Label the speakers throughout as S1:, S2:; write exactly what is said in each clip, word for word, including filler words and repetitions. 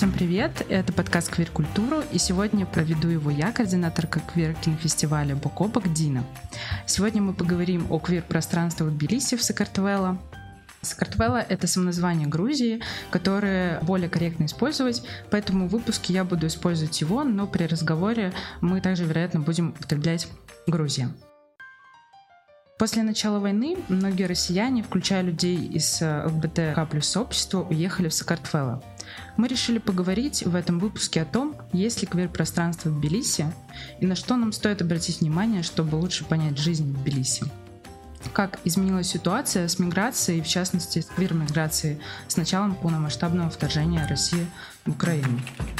S1: Всем привет! Это подкаст «Квир-культуру», и сегодня проведу его я, координаторка квир-кинофестиваля «Бок о бок» Дина. Сегодня мы поговорим о квир-пространстве в Тбилиси в Сакартвело. Сакартвело — это самоназвание Грузии, которое более корректно использовать, поэтому в выпуске я буду использовать его, но при разговоре мы также, вероятно, будем употреблять Грузия. После начала войны многие россияне, включая людей из ЛГБТК плюс сообщества, уехали в Сакартвело. Мы решили поговорить в этом выпуске о том, есть ли квир-пространство в Тбилиси и на что нам стоит обратить внимание, чтобы лучше понять жизнь в Тбилиси. Как изменилась ситуация с миграцией, в частности с квир-миграцией, с началом полномасштабного вторжения России в Украину.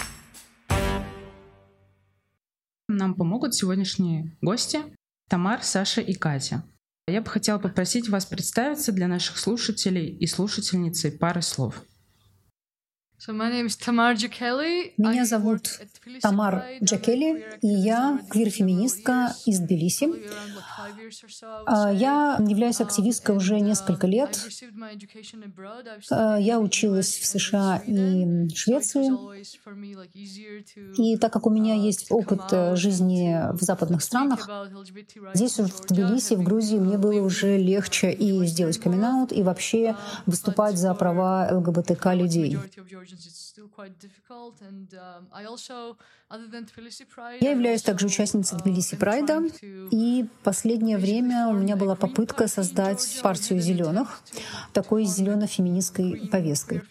S1: Нам помогут сегодняшние гости Тамар, Саша и Катя. Я бы хотела попросить вас представиться для наших слушателей и слушательницы парой слов.
S2: Меня зовут Тамар Джакели, и я квир-феминистка из Тбилиси. Я являюсь активисткой уже несколько лет. Я училась в США и Швеции. И так как у меня есть опыт жизни в западных странах, здесь, в Тбилиси, в Грузии, мне было уже легче и сделать камин-аут, и вообще выступать за права ЛГБТК людей. Я являюсь также участницей Тбилиси Прайда, и последнее время у меня была попытка создать партию зеленых, такой зелено-феминистской повесткой.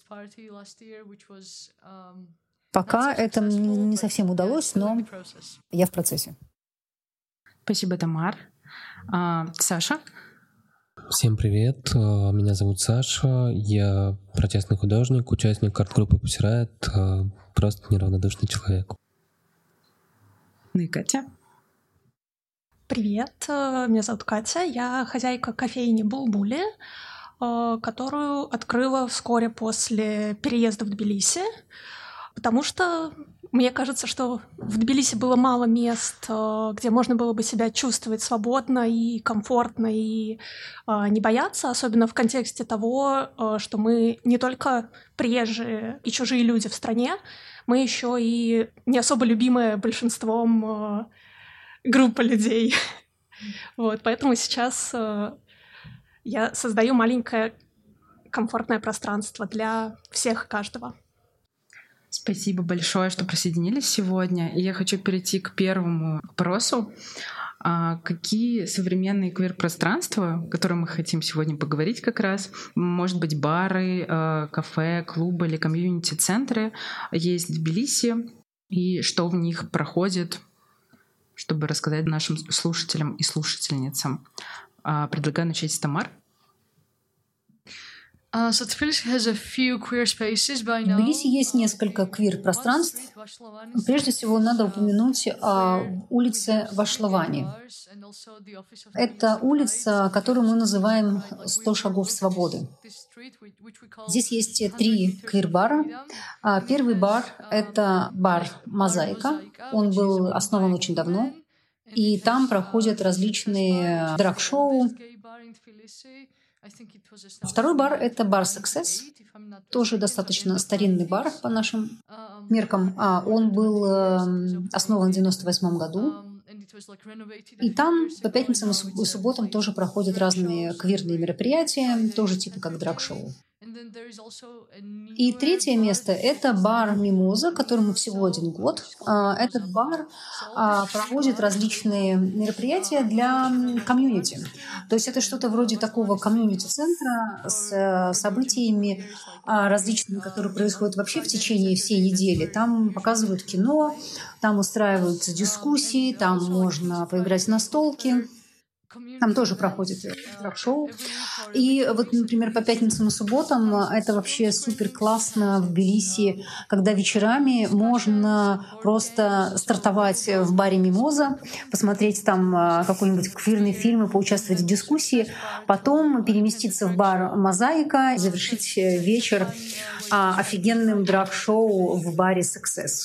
S2: Пока это не совсем удалось, но я в процессе.
S1: Спасибо, Тамар. А, Саша?
S3: Всем привет, меня зовут Саша, я протестный художник, участник арт-группы Pussy Riot, просто неравнодушный человек.
S1: Ну и Катя?
S4: Привет, меня зовут Катя, я хозяйка кофейни Булбули, которую открыла вскоре после переезда в Тбилиси, потому что мне кажется, что в Тбилиси было мало мест, где можно было бы себя чувствовать свободно и комфортно, и не бояться, особенно в контексте того, что мы не только приезжие и чужие люди в стране, мы еще и не особо любимая большинством группа людей. Вот, поэтому сейчас я создаю маленькое комфортное пространство для всех и каждого.
S1: Спасибо большое, что присоединились сегодня. И я хочу перейти к первому вопросу. А какие современные квир-пространства, о которых мы хотим сегодня поговорить как раз, может быть, бары, кафе, клубы или комьюнити-центры есть в Тбилиси, и что в них проходит, чтобы рассказать нашим слушателям и слушательницам. Предлагаю начать с Тамар.
S2: В Тбилиси есть несколько квир-пространств. Прежде всего, надо упомянуть о улице Вашлавани. Это улица, которую мы называем «сто шагов свободы». Здесь есть три квир-бара. Первый бар — это бар «Мозаика». Он был основан очень давно. И там проходят различные драг-шоу. Второй бар — это бар Success, тоже достаточно старинный бар по нашим меркам. Он был основан в девяносто восьмом году. И там по пятницам и субботам тоже проходят разные квирные мероприятия, тоже типа как драг-шоу. И третье место — это бар «Мимоза», которому всего один год. Этот бар проводит различные мероприятия для комьюнити. То есть это что-то вроде такого комьюнити-центра с событиями различными, которые происходят вообще в течение всей недели. Там показывают кино, там устраиваются дискуссии, там можно поиграть в настолки. Там тоже проходит драг-шоу. И вот, например, по пятницам и субботам это вообще супер классно в Тбилиси, когда вечерами можно просто стартовать в баре «Мимоза», посмотреть там какой-нибудь квирный фильм и поучаствовать в дискуссии, потом переместиться в бар «Мозаика» и завершить вечер офигенным драг-шоу в баре «Success».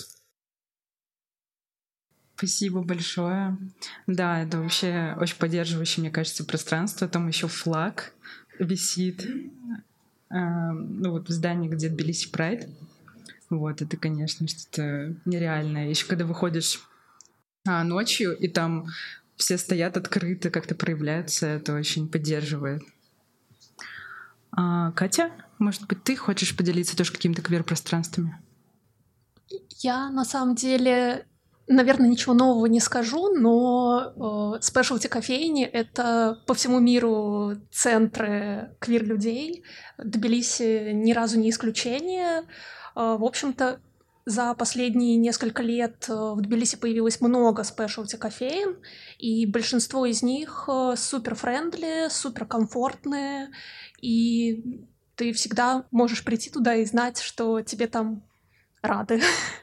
S1: Спасибо большое. Да, это вообще очень поддерживающее, мне кажется, пространство. Там еще флаг висит. Э, ну вот в здании, где Тбилиси Прайд. Вот, это, конечно, что-то нереальное. Еще когда выходишь а, ночью, и там все стоят открыто, как-то проявляются, это очень поддерживает. А, Катя, может быть, ты хочешь поделиться тоже какими-то квир-пространствами?
S4: Я, на самом деле, наверное, ничего нового не скажу, но спешлти кофейни — это по всему миру центры квир-людей. Тбилиси ни разу не исключение. В общем-то, за последние несколько лет в Тбилиси появилось много спешлти кофеин, и большинство из них супер-френдли, супер-комфортные, и ты всегда можешь прийти туда и знать, что тебе там рады.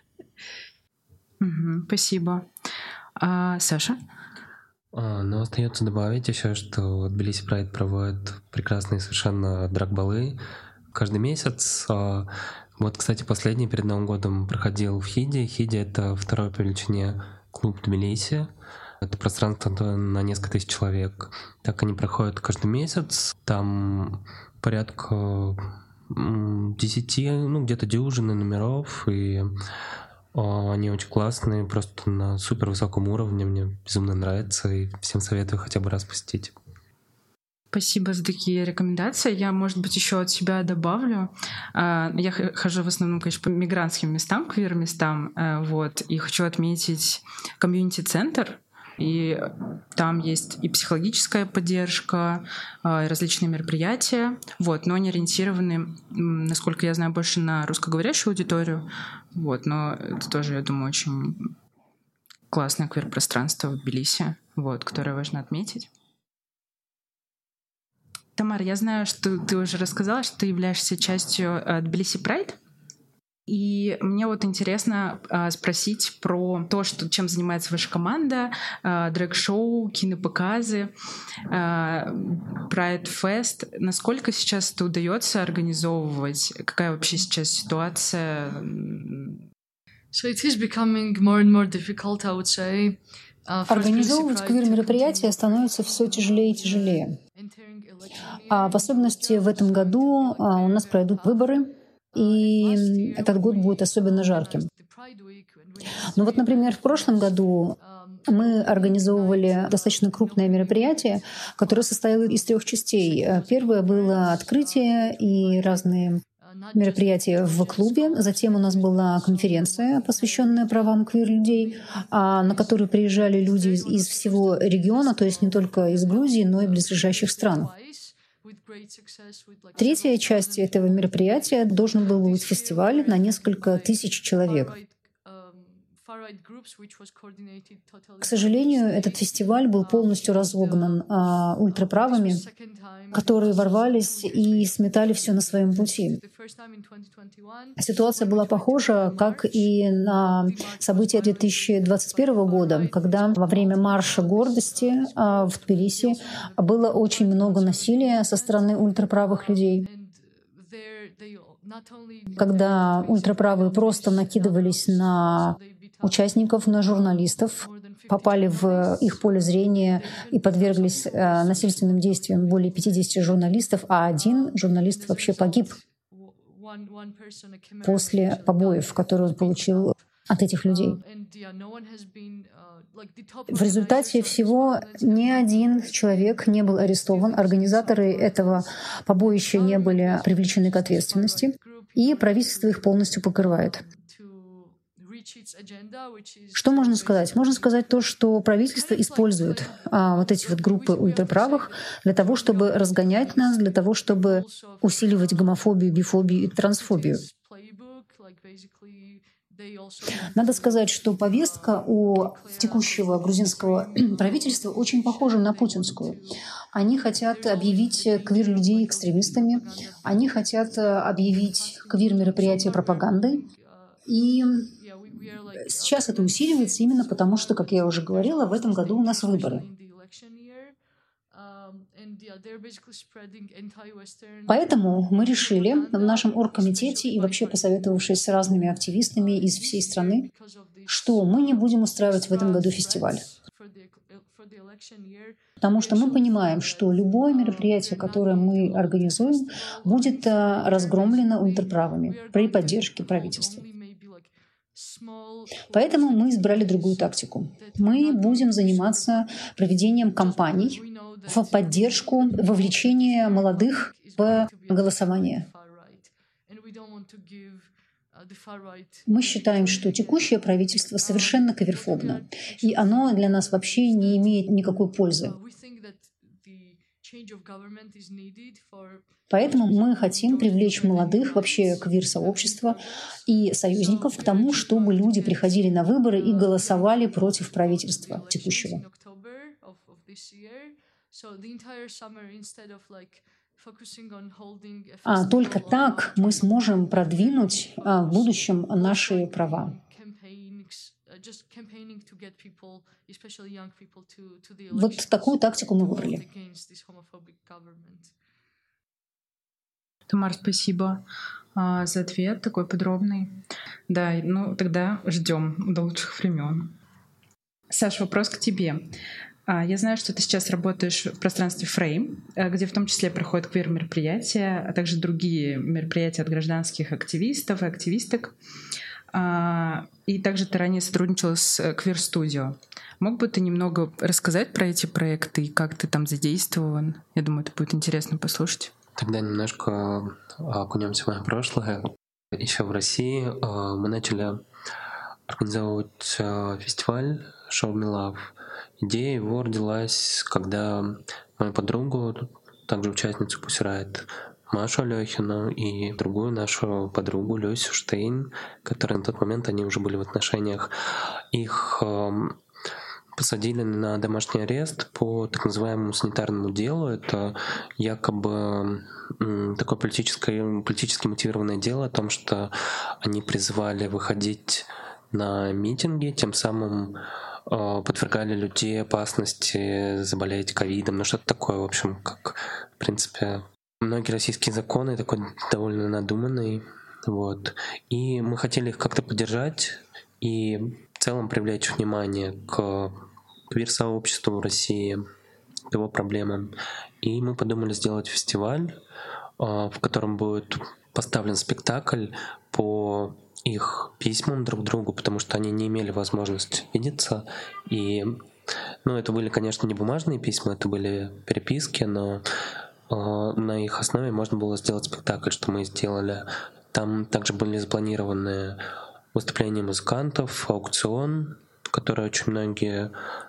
S1: Угу, спасибо. А, Саша?
S3: А, ну, остается добавить еще, что Тбилиси Прайд проводит прекрасные совершенно драг-балы каждый месяц. Вот, кстати, последний перед Новым годом проходил в Хиде. Хиде — это второй по величине клуб Тбилиси. Это пространство на несколько тысяч человек. Так они проходят каждый месяц. Там порядка десяти, ну, где-то дюжины номеров, и о, они очень классные, просто на супер высоком уровне. Мне безумно нравится, и всем советую хотя бы раз посетить.
S1: Спасибо за такие рекомендации. Я, может быть, еще от себя добавлю. Я хожу в основном, конечно, по мигрантским местам, квир-местам, вот, и хочу отметить комьюнити-центр. И там есть и психологическая поддержка, и различные мероприятия, вот, но они ориентированы, насколько я знаю, больше на русскоговорящую аудиторию. Вот, но это тоже, я думаю, очень классное квир-пространство в Тбилиси, вот, которое важно отметить. Тамар, я знаю, что ты уже рассказала, что ты являешься частью Тбилиси Прайд. И мне вот интересно э, спросить про то, что, чем занимается ваша команда, э, дрэг-шоу, кинопоказы, Pride Fest. Насколько сейчас это удается организовывать? Какая вообще сейчас ситуация?
S5: So it is becoming more and more difficult, I would say.
S2: Организовывать квир-мероприятия становится все тяжелее и тяжелее. А в особенности в этом году у нас пройдут выборы, и этот год будет особенно жарким. Ну вот, например, в прошлом году мы организовывали достаточно крупное мероприятие, которое состояло из трех частей. Первое было открытие и разные мероприятия в клубе. Затем у нас была конференция, посвященная правам квир-людей, на которую приезжали люди из, из всего региона, то есть не только из Грузии, но и близлежащих стран. Третья часть этого мероприятия должен был быть фестиваль на несколько тысяч человек. К сожалению, этот фестиваль был полностью разогнан а, ультраправыми, которые ворвались и сметали все на своем пути. Ситуация была похожа, как и на события две тысячи двадцать первого года, когда во время марша гордости а, в Тбилиси было очень много насилия со стороны ультраправых людей. Когда ультраправые просто накидывались на участников, на журналистов, попали в их поле зрения и подверглись э, насильственным действиям более пятидесяти журналистов, а один журналист вообще погиб после побоев, которые он получил от этих людей. В результате всего ни один человек не был арестован, организаторы этого побоища не были привлечены к ответственности, и правительство их полностью покрывает. Что можно сказать? Можно сказать то, что правительство использует а, вот эти вот группы ультраправых для того, чтобы разгонять нас, для того, чтобы усиливать гомофобию, бифобию и трансфобию. Надо сказать, что повестка у текущего грузинского правительства очень похожа на путинскую. Они хотят объявить квир-людей экстремистами, они хотят объявить квир-мероприятия пропагандой. И сейчас это усиливается именно потому, что, как я уже говорила, в этом году у нас выборы. Поэтому мы решили в нашем оргкомитете и вообще посоветовавшись с разными активистами из всей страны, что мы не будем устраивать в этом году фестиваль. Потому что мы понимаем, что любое мероприятие, которое мы организуем, будет разгромлено ультраправыми при поддержке правительства. Поэтому мы избрали другую тактику. Мы будем заниматься проведением кампаний в поддержку вовлечения молодых в голосование. Мы считаем, что текущее правительство совершенно каверфобно, и оно для нас вообще не имеет никакой пользы. Поэтому мы хотим привлечь молодых, вообще квир-сообщества и союзников к тому, чтобы люди приходили на выборы и голосовали против правительства текущего. А только так мы сможем продвинуть а, в будущем наши права. Вот такую тактику мы выбрали.
S1: Тамар, спасибо а, за ответ такой подробный. Да, ну тогда ждем до лучших времен. Саш, вопрос к тебе. Я знаю, что ты сейчас работаешь в пространстве Frame, где в том числе проходят квир-мероприятия, а также другие мероприятия от гражданских активистов и активисток. И также ты ранее сотрудничала с Queer Studio. Мог бы ты немного рассказать про эти проекты и как ты там задействован? Я думаю, это будет интересно послушать.
S3: Тогда немножко окунемся в мое прошлое. Еще в России мы начали организовывать фестиваль Show Me Love. Идея его родилась, когда мою подругу, также участницу Pussy Riot, Машу Алёхину и другую нашу подругу Люсю Штейн, которые на тот момент они уже были в отношениях, их э, посадили на домашний арест по так называемому санитарному делу. Это якобы э, такое политическое, политически мотивированное дело о том, что они призывали выходить на митинги, тем самым подвергали людей опасности заболеть ковидом, ну что-то такое, в общем, как, в принципе, многие российские законы, такой довольно надуманный, вот. И мы хотели их как-то поддержать и в целом привлечь внимание к квир-сообществу в России, к его проблемам. И мы подумали сделать фестиваль, в котором будет поставлен спектакль по их письмам друг другу, потому что они не имели возможности видеться. И, ну, это были, конечно, не бумажные письма, это были переписки, но э, на их основе можно было сделать спектакль, что мы сделали. Там также были запланированы выступления музыкантов, аукцион, в который очень многие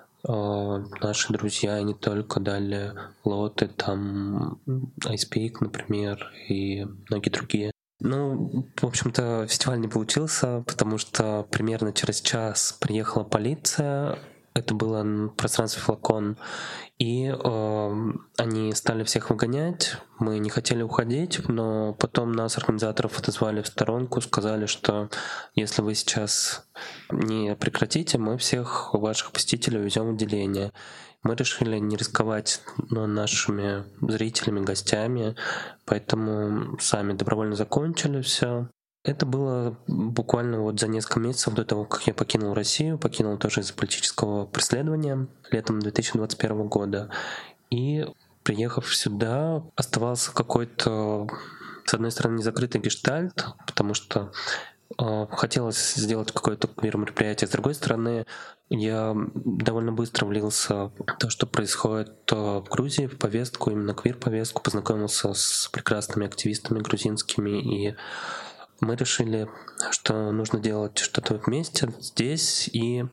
S3: э, наши друзья, и не только, дали лоты, там Ice Peak, например, и многие другие. Ну, в общем-то, фестиваль не получился, потому что примерно через час приехала полиция. Это было пространство «Флакон». И э, они стали всех выгонять. Мы не хотели уходить, но потом нас, организаторов, отозвали в сторонку, сказали, что если вы сейчас не прекратите, мы всех ваших посетителей увезем в отделение. Мы решили не рисковать, ну, нашими зрителями, гостями, поэтому сами добровольно закончили все. Это было буквально вот за несколько месяцев до того, как я покинул Россию, покинул тоже из-за политического преследования летом две тысячи двадцать первого года. И, приехав сюда, оставался какой-то, с одной стороны, незакрытый гештальт, потому что э, хотелось сделать какое-то квир-мероприятие. С другой стороны, я довольно быстро влился в то, что происходит в Грузии, в повестку, именно квир-повестку, познакомился с прекрасными активистами грузинскими, и мы решили, что нужно делать что-то вместе здесь, и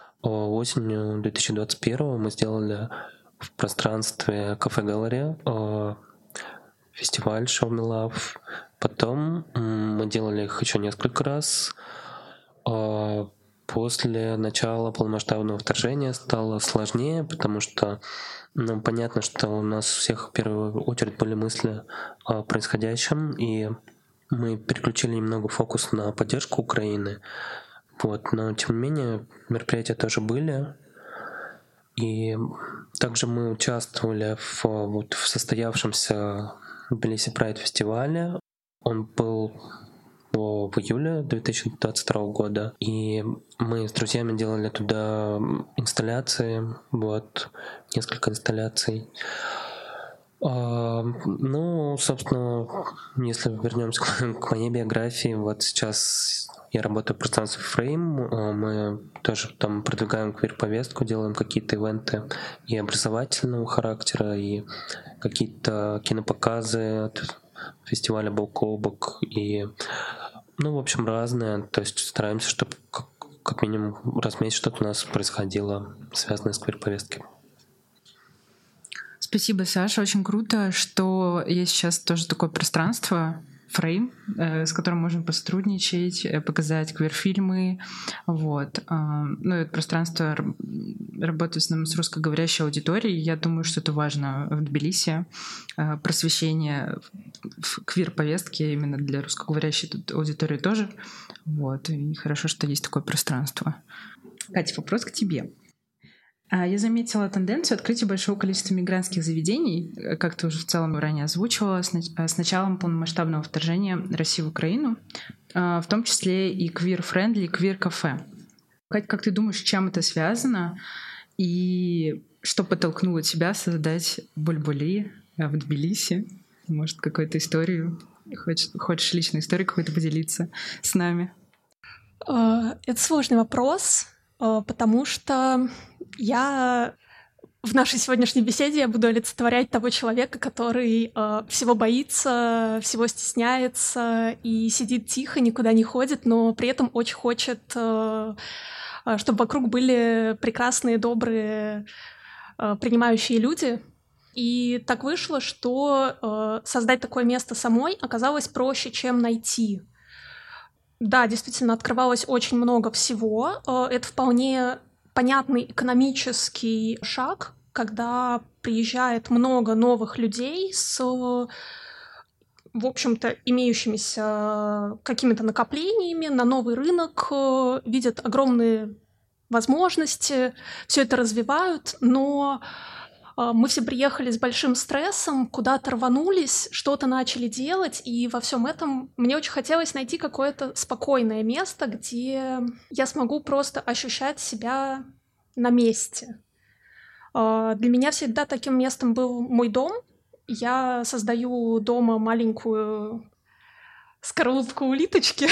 S3: осенью две тысячи двадцать первого мы сделали в пространстве Кафе Галерея фестиваль Show Me Love. Потом мы делали их еще несколько раз. После начала полномасштабного вторжения стало сложнее, потому что, ну, понятно, что у нас у всех в первую очередь были мысли о происходящем, и мы переключили немного фокус на поддержку Украины. Вот. Но, тем не менее, мероприятия тоже были. И также мы участвовали в, вот, в состоявшемся Tbilisi Pride фестивале. Он был в июле две тысячи двадцать второго года, и мы с друзьями делали туда инсталляции, вот, несколько инсталляций. Ну, собственно, если вернемся к моей биографии, вот сейчас я работаю в пространстве Frame, мы тоже там продвигаем квир-повестку, делаем какие-то ивенты и образовательного характера, и какие-то кинопоказы от фестиваля «Бок о бок», и, ну, в общем, разное. То есть стараемся, чтобы как, как минимум раз в месяц что-то у нас происходило, связанное с квир-повесткой.
S1: Спасибо, Саша. Очень круто, что есть сейчас тоже такое пространство, Frame, с которым можно посотрудничать, показать квир-фильмы. Вот. Ну, это пространство работает в основном с русскоговорящей аудиторией. Я думаю, что это важно в Тбилиси. Просвещение в квир-повестке именно для русскоговорящей аудитории тоже. Вот. И хорошо, что есть такое пространство. Катя, вопрос к тебе. Я заметила тенденцию открытия большого количества мигрантских заведений, как ты уже в целом ранее озвучивала, с началом полномасштабного вторжения России в Украину, в том числе и квир-френдли, и квир-кафе. Катя, как ты думаешь, с чем это связано? И что подтолкнуло тебя создать Бульбули в Тбилиси? Может, какую-то историю? Хочешь, хочешь личную историю какую-то поделиться с нами?
S4: Это сложный вопрос, потому что я в нашей сегодняшней беседе я буду олицетворять того человека, который э, всего боится, всего стесняется и сидит тихо, никуда не ходит, но при этом очень хочет, э, чтобы вокруг были прекрасные, добрые, э, принимающие люди. И так вышло, что э, создать такое место самой оказалось проще, чем найти. Да, действительно, открывалось очень много всего. Э, это вполне понятный экономический шаг, когда приезжает много новых людей с, в общем-то, имеющимися какими-то накоплениями на новый рынок, видят огромные возможности, все это развивают, но мы все приехали с большим стрессом, куда-то рванулись, что-то начали делать, и во всем этом мне очень хотелось найти какое-то спокойное место, где я смогу просто ощущать себя на месте. Для меня всегда таким местом был мой дом. Я создаю дома маленькую скорлупку улиточки.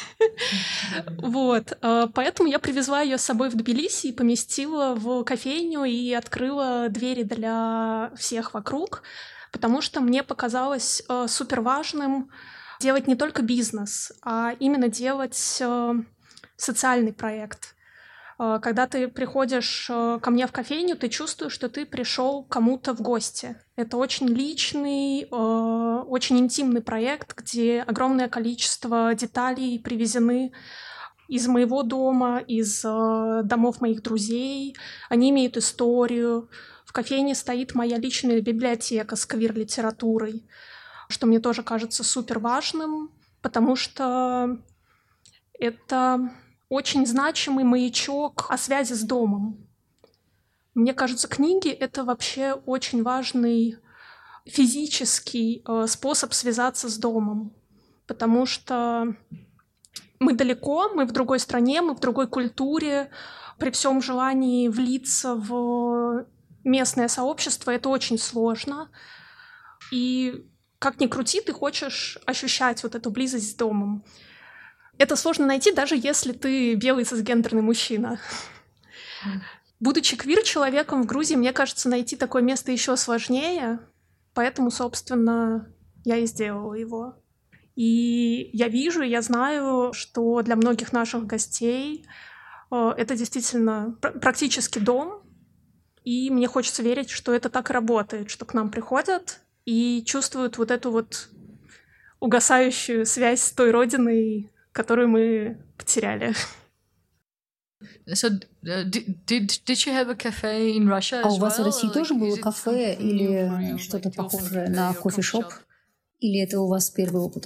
S4: Вот. Поэтому я привезла ее с собой в Тбилиси и поместила в кофейню и открыла двери для всех вокруг, потому что мне показалось супер важным делать не только бизнес, а именно делать социальный проект. Когда ты приходишь ко мне в кофейню, ты чувствуешь, что ты пришел к кому-то в гости. Это очень личный, очень интимный проект, где огромное количество деталей привезены из моего дома, из домов моих друзей. Они имеют историю. В кофейне стоит моя личная библиотека с квир-литературой, что мне тоже кажется супер важным, потому что это очень значимый маячок о связи с домом. Мне кажется, книги — это вообще очень важный физический э, способ связаться с домом, потому что мы далеко, мы в другой стране, мы в другой культуре. При всем желании влиться в местное сообщество это очень сложно. И как ни крути, ты хочешь ощущать вот эту близость с домом. Это сложно найти, даже если ты белый цисгендерный мужчина. Будучи квир-человеком в Грузии, мне кажется, найти такое место еще сложнее, поэтому, собственно, я и сделала его. И я вижу, я знаю, что для многих наших гостей это действительно практически дом, и мне хочется верить, что это так и работает, что к нам приходят и чувствуют вот эту вот угасающую связь с той родиной, которую мы потеряли.
S5: So, uh, did, did you have a cafe in Russia as well?
S2: А у вас в России
S5: Like,
S2: тоже было
S5: is it
S2: кафе
S5: something new for
S2: или
S5: you,
S2: что-то
S5: like your-
S2: похожее
S5: your
S2: на
S5: coffee
S2: кофешоп?
S5: shop?
S2: Или это у вас первый опыт?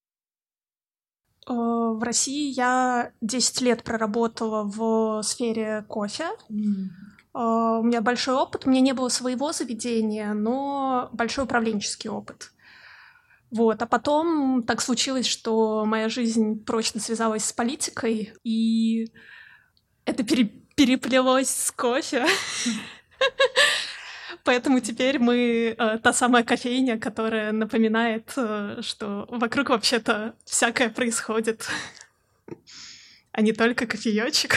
S4: Э, В России я десять лет проработала в сфере кофе. Э, У меня большой опыт. У меня не было своего заведения, но большой управленческий опыт. Вот. А потом так случилось, что моя жизнь прочно связалась с политикой, и это пере- переплелось с кофе. Поэтому теперь мы э, та самая кофейня, которая напоминает, э, что вокруг вообще-то всякое происходит. а не только кофеёчек.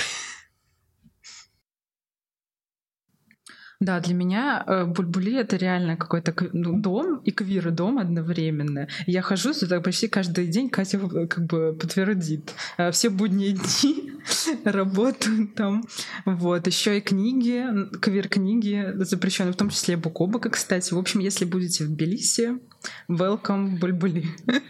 S1: Да, для меня э, Бульбули — это реально какой-то ну, дом и квир-дом одновременно. Я хожу сюда почти каждый день, Катя как бы подтвердит. Э, все будние дни работаю там. Вот. Еще и книги, квир-книги запрещены, в том числе Букобока, кстати. В общем, если будете в Тбилиси, welcome Бульбули.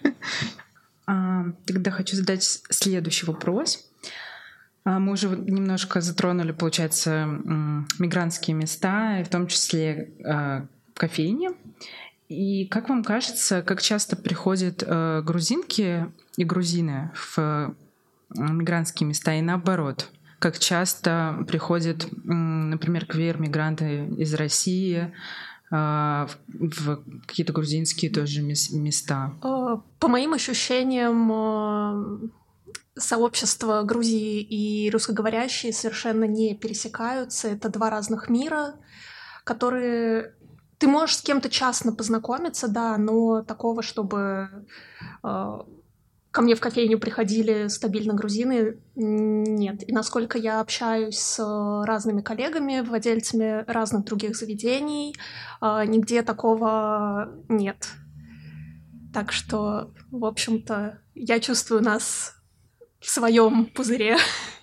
S1: Тогда хочу задать следующий вопрос. Мы уже немножко затронули, получается, мигрантские места, в том числе кофейни. И как вам кажется, как часто приходят грузинки и грузины в мигрантские места и наоборот? Как часто приходят, например, квир-мигранты из России в какие-то грузинские тоже места?
S4: По моим ощущениям, сообщества Грузии и русскоговорящие совершенно не пересекаются. Это два разных мира, которые... Ты можешь с кем-то частно познакомиться, да, но такого, чтобы э, ко мне в кофейню приходили стабильно грузины, нет. И насколько я общаюсь с разными коллегами, владельцами разных других заведений, э, нигде такого нет. Так что, в общем-то, я чувствую нас в своем пузыре.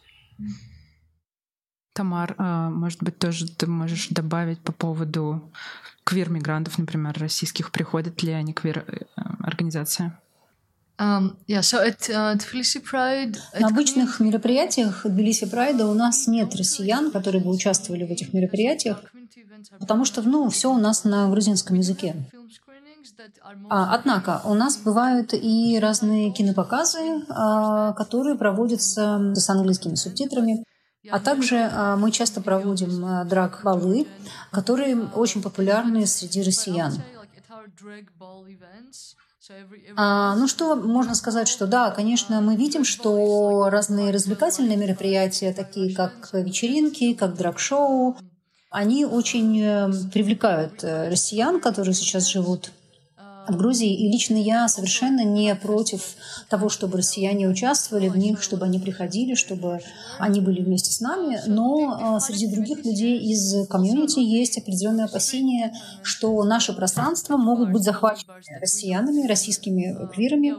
S1: Тамар, может быть, тоже ты можешь добавить по поводу квир-мигрантов, например, российских, приходят ли они квир-организации?
S5: Um, yeah, so at, uh, Tbilisi Pride,
S2: На обычных мероприятиях Тбилиси Прайда у нас нет россиян, которые бы участвовали в этих мероприятиях, потому что, ну, все у нас на грузинском языке. А, однако у нас бывают и разные кинопоказы, а, которые проводятся с английскими субтитрами. А также а, мы часто проводим а, драг-балы, которые очень популярны среди россиян. А, ну что можно сказать, что да, конечно, мы видим, что разные развлекательные мероприятия, такие как вечеринки, как драг-шоу, они очень привлекают россиян, которые сейчас живут в Грузии. И лично я совершенно не против того, чтобы россияне участвовали в них, чтобы они приходили, чтобы они были вместе с нами. Но среди других людей из комьюнити есть определенные опасения, что наши пространства могут быть захвачены россиянами, российскими квирами.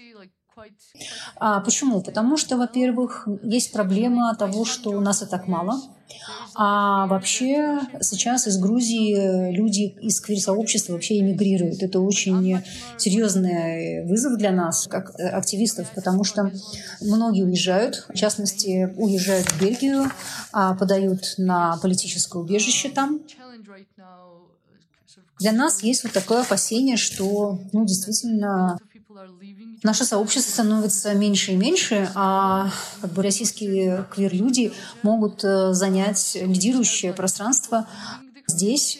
S2: А почему? Потому что, во-первых, есть проблема того, что у нас и так мало. А вообще сейчас из Грузии люди из квир-сообщества вообще эмигрируют. Это очень серьезный вызов для нас, как активистов, потому что многие уезжают, в частности, уезжают в Бельгию, подают на политическое убежище там. Для нас есть вот такое опасение, что, ну, действительно, наше сообщество становится меньше и меньше, а как бы российские квир-люди могут занять лидирующее пространство здесь.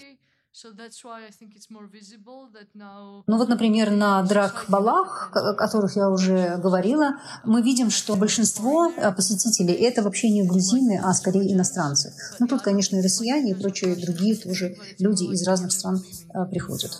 S2: Ну вот, например, на драг-балах, о которых я уже говорила, мы видим, что большинство посетителей — это вообще не грузины, а скорее иностранцы. Ну тут, конечно, и россияне, и прочие другие тоже люди из разных стран приходят.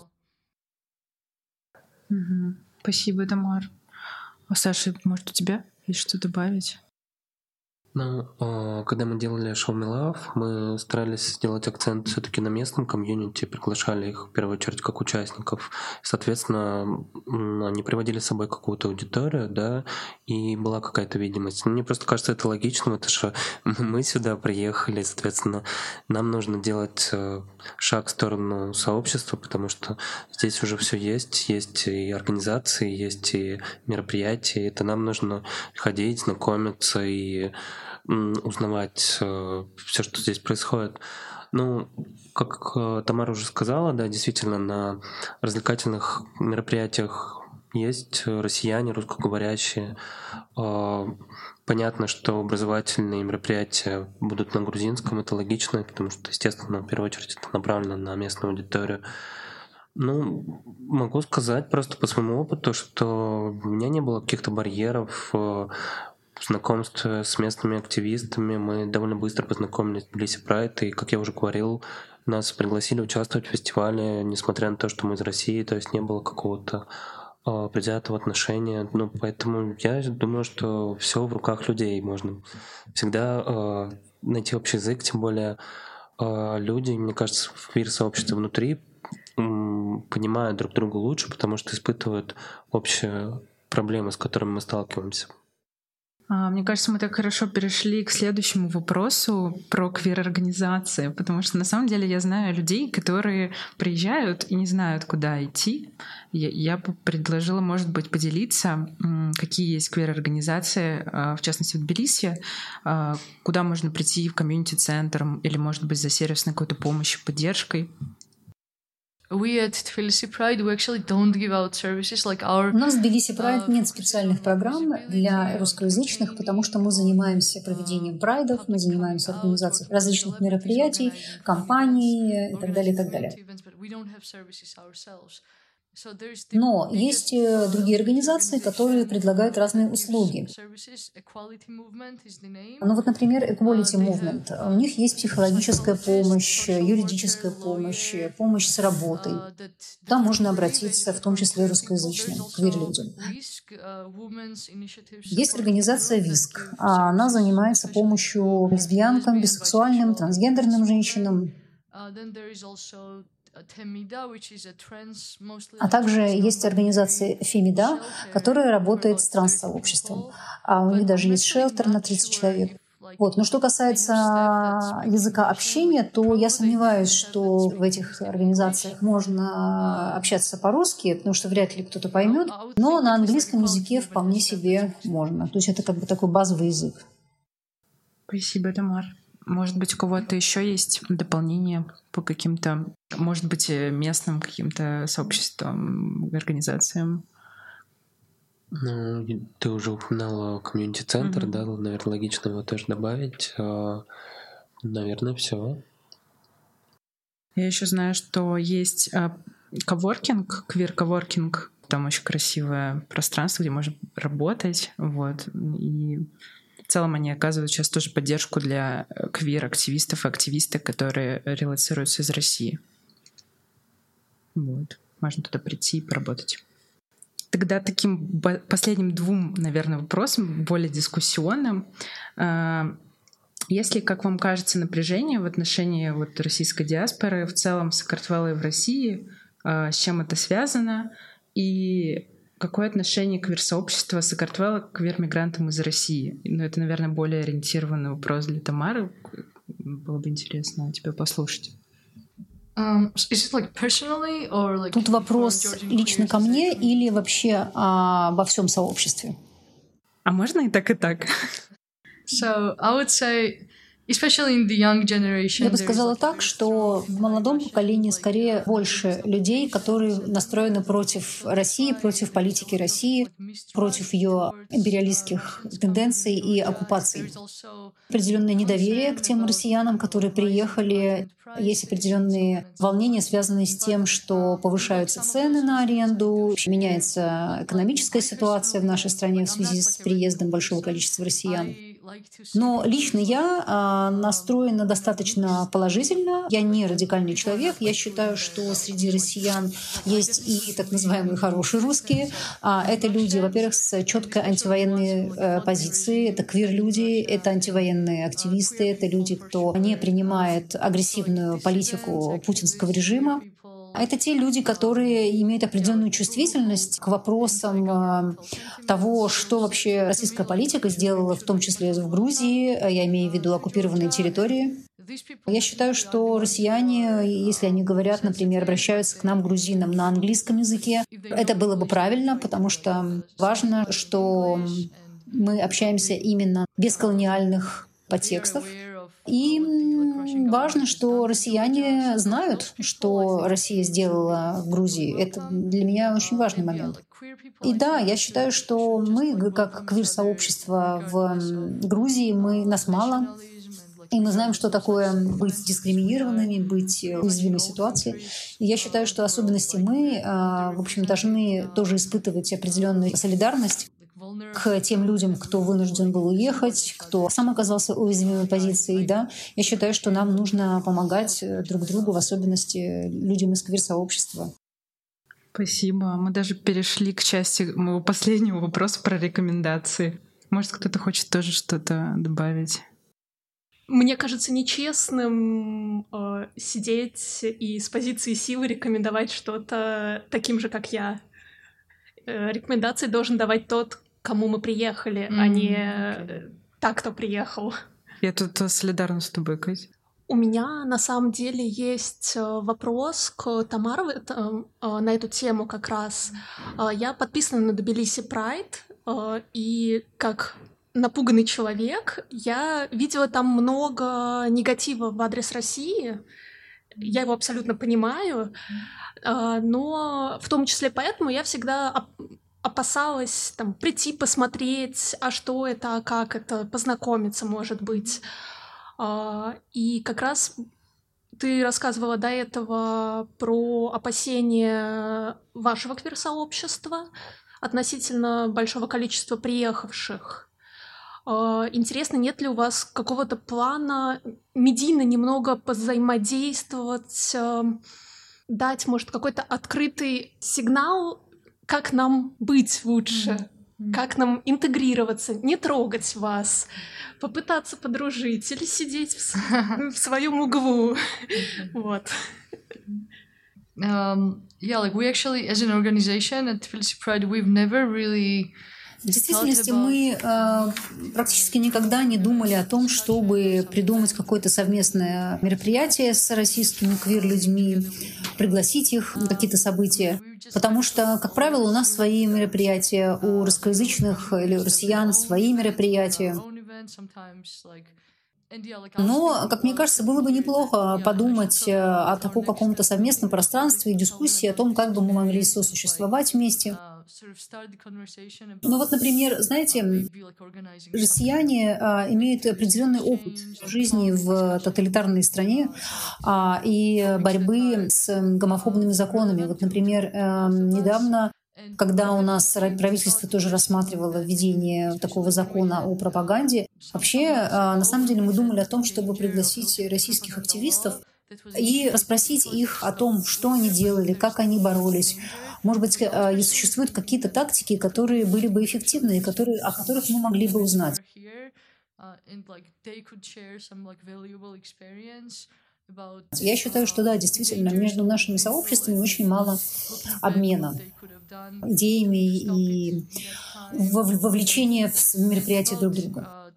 S1: Угу. Спасибо, Тамар. А Саша, может, у тебя есть что добавить?
S3: Ну, когда мы делали шоу Милав, мы старались сделать акцент все-таки на местном комьюнити, приглашали их в первую очередь как участников. Соответственно, они приводили с собой какую-то аудиторию, да, и была какая-то видимость. Мне просто кажется это логичным, это что мы сюда приехали, соответственно, нам нужно делать шаг в сторону сообщества, потому что здесь уже все есть, есть и организации, есть и мероприятия, это нам нужно ходить, знакомиться и узнавать э, все, что здесь происходит. Ну, как э, Тамара уже сказала, да, действительно, на развлекательных мероприятиях есть россияне, русскоговорящие. Э, понятно, что образовательные мероприятия будут на грузинском, это логично, потому что, естественно, в первую очередь это направлено на местную аудиторию. Ну, могу сказать просто по своему опыту, что у меня не было каких-то барьеров э, знакомстве с местными активистами. Мы довольно быстро познакомились в Тбилиси Прайд, и, как я уже говорил, нас пригласили участвовать в фестивале, несмотря на то, что мы из России, то есть не было какого-то предвзятого отношения. Ну, поэтому я думаю, что все в руках людей. Можно всегда э, найти общий язык, тем более э, люди, мне кажется, в квир-сообществе внутри м, понимают друг друга лучше, потому что испытывают общие проблемы, с которыми мы сталкиваемся.
S1: Мне кажется, мы так хорошо перешли к следующему вопросу про квир-организации, потому что на самом деле я знаю людей, которые приезжают и не знают, куда идти. Я, я бы предложила, может быть, поделиться, какие есть квир-организации, в частности в Тбилиси, куда можно прийти в комьюнити-центр или, может быть, за сервисной какой-то помощью, поддержкой.
S5: We at Tbilisi Pride, we actually don't give out services like our...
S2: У нас в Тбилиси Pride нет специальных программ для русскоязычных, потому что мы занимаемся проведением прайдов, мы занимаемся организацией различных мероприятий, кампаний и так далее, и так далее. Но есть другие организации, которые предлагают разные услуги. Ну вот, например, Equality Movement. У них есть психологическая помощь, юридическая помощь, помощь с работой. Туда можно обратиться, в том числе русскоязычным, квир-людям. Есть организация виск. Она занимается помощью лесбиянкам, бисексуальным, трансгендерным женщинам. А также есть организация Фемида, которая работает с транс-сообществом. А у них даже есть шелтер на тридцать человек. Вот. Но что касается языка общения, то я сомневаюсь, что в этих организациях можно общаться по-русски, потому что вряд ли кто-то поймет. Но на английском языке вполне себе можно. То есть это как бы такой базовый язык.
S1: Спасибо, Тамар. Может быть, у кого-то еще есть дополнение по каким-то, может быть, местным каким-то сообществам, организациям?
S3: Ну, ты уже упоминала комьюнити-центр, mm-hmm. да, наверное, логично его тоже добавить. Наверное, все.
S1: Я еще знаю, что есть коворкинг, квир-коворкинг. Там очень красивое пространство, где можно работать. Вот. И в целом они оказывают сейчас тоже поддержку для квир-активистов и активисток, которые релоцируются из России. Вот. Можно туда прийти и поработать. Тогда таким последним двум, наверное, вопросам, более дискуссионным. Есть ли, как вам кажется, напряжение в отношении вот российской диаспоры, в целом Сакартвело и в России? С чем это связано? И какое отношение квир-сообщества Сакартвело к квир-мигрантам из России? Ну, это, наверное, более ориентированный вопрос для Тамары. Было бы интересно тебя послушать.
S5: Um, is it like personally or like
S2: Тут вопрос лично ко мне или вообще а, во всем сообществе?
S1: А можно и так, и так?
S5: So I would say, especially in the young generation,
S2: я бы сказала так, что в молодом поколении скорее больше людей, которые настроены против России, против политики России, против ее империалистских тенденций и оккупаций. Определенное недоверие к тем россиянам, которые приехали. Есть определенные волнения, связанные с тем, что повышаются цены на аренду, меняется экономическая ситуация в нашей стране в связи с приездом большого количества россиян. Но лично я а, настроена достаточно положительно. Я не радикальный человек. Я считаю, что среди россиян есть и так называемые хорошие русские. А, это люди, во-первых, с четкой антивоенной э, позицией. Это квир-люди, это антивоенные активисты, это люди, кто не принимает агрессивную политику путинского режима. Это те люди, которые имеют определенную чувствительность к вопросам того, что вообще российская политика сделала, в том числе в Грузии, я имею в виду оккупированные территории. Я считаю, что россияне, если они говорят, например, обращаются к нам, грузинам, на английском языке, это было бы правильно, потому что важно, что мы общаемся именно без колониальных подтекстов. И важно, что россияне знают, что Россия сделала в Грузии. Это для меня очень важный момент. И да, я считаю, что мы, как квир-сообщество в Грузии, мы, нас мало. И мы знаем, что такое быть дискриминированными, быть в уязвимой ситуации. И я считаю, что особенности мы, в общем, должны тоже испытывать определенную солидарность к тем людям, кто вынужден был уехать, кто сам оказался в уязвимой позиции. Да? Я считаю, что нам нужно помогать друг другу, в особенности людям из квир-сообщества.
S1: Спасибо. Мы даже перешли к части моего последнего вопроса про рекомендации. Может, кто-то хочет тоже что-то добавить?
S4: Мне кажется нечестным э, сидеть и с позиции силы рекомендовать что-то таким же, как я. Э, рекомендации должен давать тот, кому мы приехали, mm, а не okay. так, кто приехал.
S1: Я тут солидарна с тобой, Катя.
S4: У меня на самом деле есть вопрос к Тамаре на эту тему как раз. Я подписана на Тбилиси Pride, и как напуганный человек я видела там много негатива в адрес России. Я его абсолютно понимаю, но в том числе поэтому я всегда опасалась там прийти посмотреть, а что это, а как это, познакомиться, может быть. И как раз ты рассказывала до этого про опасения вашего квир-сообщества относительно большого количества приехавших. Интересно, нет ли у вас какого-то плана медийно немного взаимодействовать, дать, может, какой-то открытый сигнал, как нам быть лучше, mm-hmm. как нам интегрироваться, не трогать вас, попытаться подружить или сидеть в, в своем углу. Вот.
S5: Um, yeah, like we actually, as an organization at Tbilisi Pride, we've never really...
S2: В действительности мы э, практически никогда не думали о том, чтобы придумать какое-то совместное мероприятие с российскими квир-людьми, пригласить их на какие-то события. Потому что, как правило, у нас свои мероприятия, у русскоязычных или у россиян свои мероприятия. Но, как мне кажется, было бы неплохо подумать о таком каком-то совместном пространстве и дискуссии о том, как бы мы могли сосуществовать вместе. Ну вот, например, знаете, россияне а, имеют определенный опыт жизни в тоталитарной стране а, и борьбы с гомофобными законами. Вот, например, а, недавно, когда у нас правительство тоже рассматривало введение такого закона о пропаганде, вообще, а, на самом деле, мы думали о том, чтобы пригласить российских активистов и расспросить их о том, что они делали, как они боролись. Может быть, и существуют какие-то тактики, которые были бы эффективны, которые, о которых мы могли бы узнать. Я считаю, что да, действительно, между нашими сообществами очень мало обмена идеями и вовлечения в мероприятия друг друга.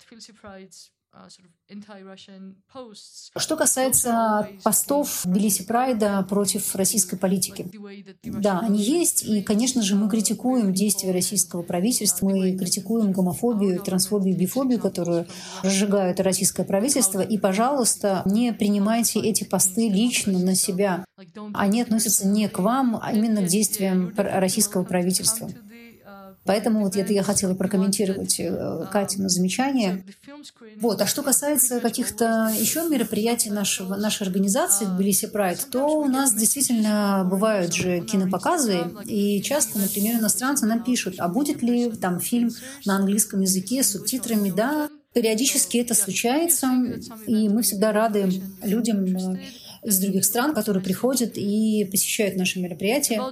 S2: Что касается постов Тбилиси Прайда против российской политики, да, они есть, и, конечно же, мы критикуем действия российского правительства, мы критикуем гомофобию, трансфобию, бифобию, которую разжигает российское правительство, и, пожалуйста, не принимайте эти посты лично на себя. Они относятся не к вам, а именно к действиям российского правительства. Поэтому вот это я хотела прокомментировать Катину замечание. Вот. А что касается каких-то еще мероприятий нашего, нашей организации Тбилиси Pride, то у нас действительно бывают же кинопоказы, и часто, например, иностранцы нам пишут, а будет ли там фильм на английском языке с субтитрами? Да, периодически это случается, и мы всегда рады людям из других стран, которые приходят и посещают наши мероприятия.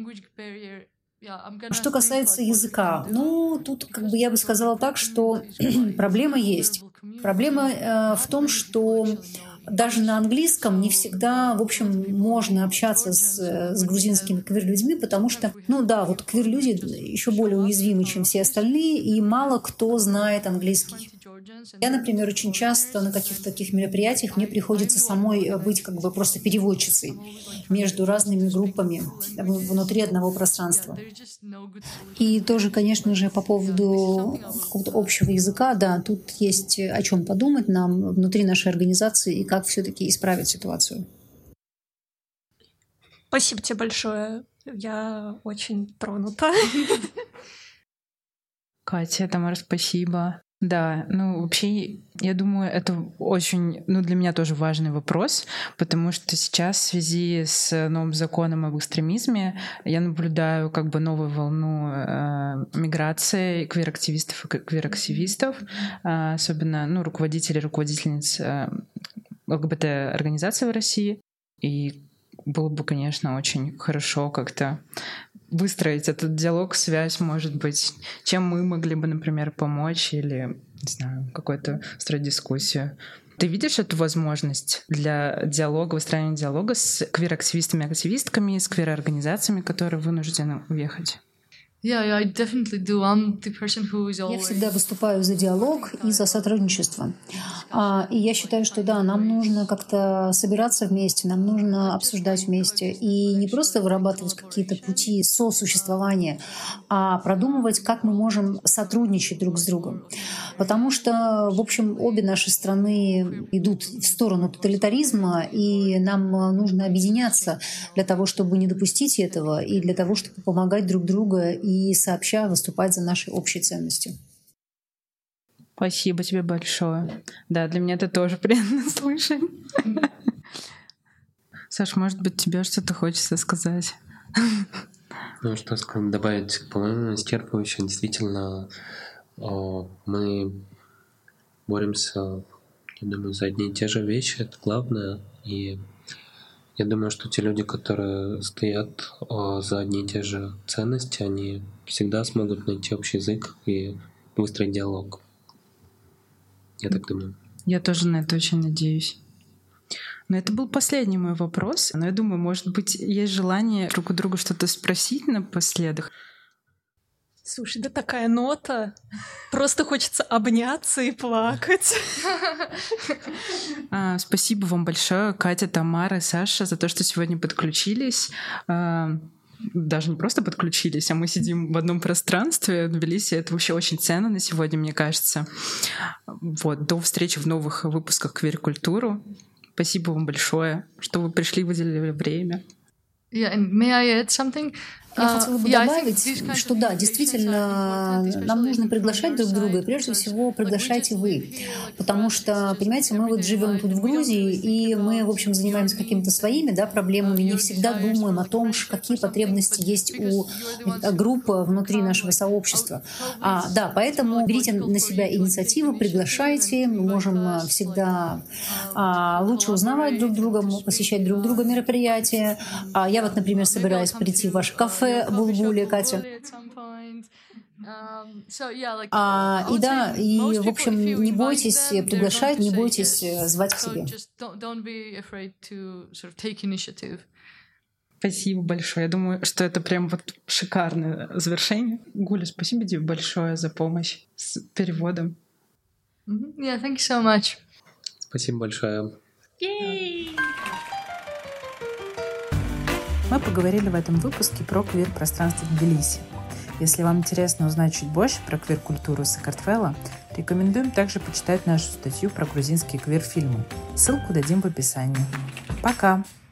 S2: Что касается языка, ну, тут как бы я бы сказала так, что проблема есть. Проблема э, в том, что даже на английском не всегда, в общем, можно общаться с, с грузинскими квир-людьми, потому что, ну да, вот квир-люди еще более уязвимы, чем все остальные, и мало кто знает английский. Я, например, очень часто на каких-то таких мероприятиях мне приходится самой быть как бы просто переводчицей между разными группами внутри одного пространства. И тоже, конечно же, по поводу какого-то общего языка, да, тут есть о чем подумать нам внутри нашей организации и как все-таки исправить ситуацию.
S4: Спасибо тебе большое. Я очень тронута.
S1: Катя, Тамара, спасибо. Да, ну вообще, я думаю, это очень, ну для меня тоже важный вопрос, потому что сейчас в связи с новым законом об экстремизме я наблюдаю как бы новую волну э, миграции квир-активистов и квир-активистов, э, особенно ну, руководителей, руководительниц э, ЛГБТ-организаций в России. И было бы, конечно, очень хорошо как-то выстроить этот диалог, связь, может быть, чем мы могли бы, например, помочь или, не знаю, какую-то строить дискуссию. Ты видишь эту возможность для диалога, выстраивания диалога с квир-активистами и активистками, с квир-организациями, которые вынуждены уехать?
S5: Yeah, yeah, I definitely do. I'm the person who is always...
S2: Я всегда выступаю за диалог и за сотрудничество. А, и я считаю, что да, нам нужно как-то собираться вместе, нам нужно обсуждать вместе. И не просто вырабатывать какие-то пути сосуществования, а продумывать, как мы можем сотрудничать друг с другом. Потому что, в общем, обе наши страны идут в сторону тоталитаризма, и нам нужно объединяться для того, чтобы не допустить этого, и для того, чтобы помогать друг другу и и сообща выступать за наши общие ценности.
S1: Спасибо тебе большое. Да, для меня это тоже приятно слышать. Саш, может быть, тебе что-то хочется сказать?
S3: Ну, что сказать, добавить, по-моему, исчерпывающе. Действительно, мы боремся, я думаю, за одни и те же вещи, это главное. И я думаю, что те люди, которые стоят о, за одни и те же ценности, они всегда смогут найти общий язык и выстроить диалог. Я так думаю.
S1: Я тоже на это очень надеюсь. Но это был последний мой вопрос. Но я думаю, может быть, есть желание друг у друга что-то спросить напоследок.
S4: Слушай, да такая нота. Просто хочется обняться и плакать.
S1: А, спасибо вам большое, Катя, Тамара, Саша, за то, что сегодня подключились. А, даже не просто подключились, а мы сидим в одном пространстве. В Тбилиси это вообще очень ценно на сегодня, мне кажется. Вот, до встречи в новых выпусках «Квир-культуру». Спасибо вам большое, что вы пришли, выделили время.
S5: Yeah, and may I add something?
S2: Я хотела бы добавить, что да, действительно, нам нужно приглашать друг друга, и прежде всего приглашайте вы. Потому что, понимаете, мы вот живем тут в Грузии, и мы, в общем, занимаемся какими-то своими да, проблемами, не всегда думаем о том, какие потребности есть у группы внутри нашего сообщества. А, да, поэтому берите на себя инициативу, приглашайте, мы можем всегда а, лучше узнавать друг друга, посещать друг друга мероприятия. А, я вот, например, собираюсь прийти в ваше кафе, Булбули, Катя. А, и да, и, в общем, не бойтесь приглашать, не бойтесь звать к себе.
S1: Спасибо большое. Я думаю, что это прям вот шикарное завершение. Гуля, спасибо тебе большое за помощь с переводом.
S5: Yeah, thank you so much.
S3: Спасибо большое.
S4: Yay!
S1: Мы поговорили в этом выпуске про квир-пространство в Тбилиси. Если вам интересно узнать чуть больше про квир-культуру Сакартвела, рекомендуем также почитать нашу статью про грузинские квир-фильмы. Ссылку дадим в описании. Пока!